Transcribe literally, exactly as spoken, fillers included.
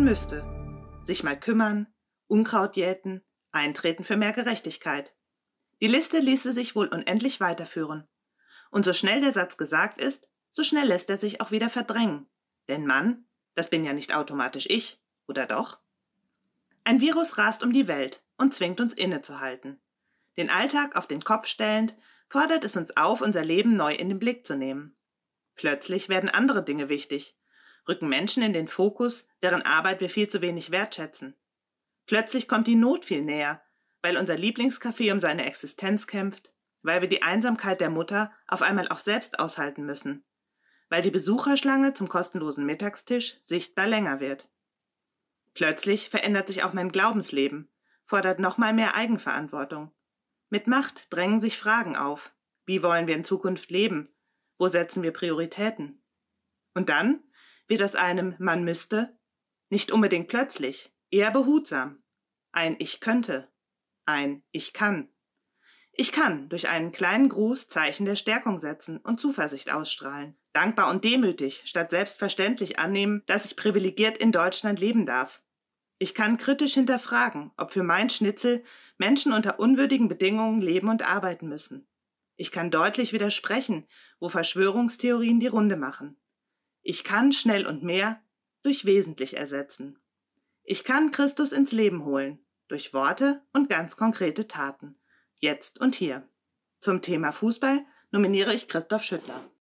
müsste. Sich mal kümmern, Unkraut jäten, eintreten für mehr Gerechtigkeit. Die Liste ließe sich wohl unendlich weiterführen. Und so schnell der Satz gesagt ist, so schnell lässt er sich auch wieder verdrängen. Denn Mann, das bin ja nicht automatisch ich, oder doch? Ein Virus rast um die Welt und zwingt uns innezuhalten. Den Alltag auf den Kopf stellend, fordert es uns auf, unser Leben neu in den Blick zu nehmen. Plötzlich werden andere Dinge wichtig, rücken Menschen in den Fokus, deren Arbeit wir viel zu wenig wertschätzen. Plötzlich kommt die Not viel näher, weil unser Lieblingscafé um seine Existenz kämpft, weil wir die Einsamkeit der Mutter auf einmal auch selbst aushalten müssen, weil die Besucherschlange zum kostenlosen Mittagstisch sichtbar länger wird. Plötzlich verändert sich auch mein Glaubensleben, fordert nochmal mehr Eigenverantwortung. Mit Macht drängen sich Fragen auf. Wie wollen wir in Zukunft leben? Wo setzen wir Prioritäten? Und dann wird aus einem Man müsste nicht unbedingt plötzlich, eher behutsam. Ein Ich könnte, ein Ich kann. Ich kann durch einen kleinen Gruß Zeichen der Stärkung setzen und Zuversicht ausstrahlen. Dankbar und demütig statt selbstverständlich annehmen, dass ich privilegiert in Deutschland leben darf. Ich kann kritisch hinterfragen, ob für mein Schnitzel Menschen unter unwürdigen Bedingungen leben und arbeiten müssen. Ich kann deutlich widersprechen, wo Verschwörungstheorien die Runde machen. Ich kann schnell und mehr durch wesentlich ersetzen. Ich kann Christus ins Leben holen, durch Worte und ganz konkrete Taten. Jetzt und hier. Zum Thema Fußball nominiere ich Christoph Schüttler.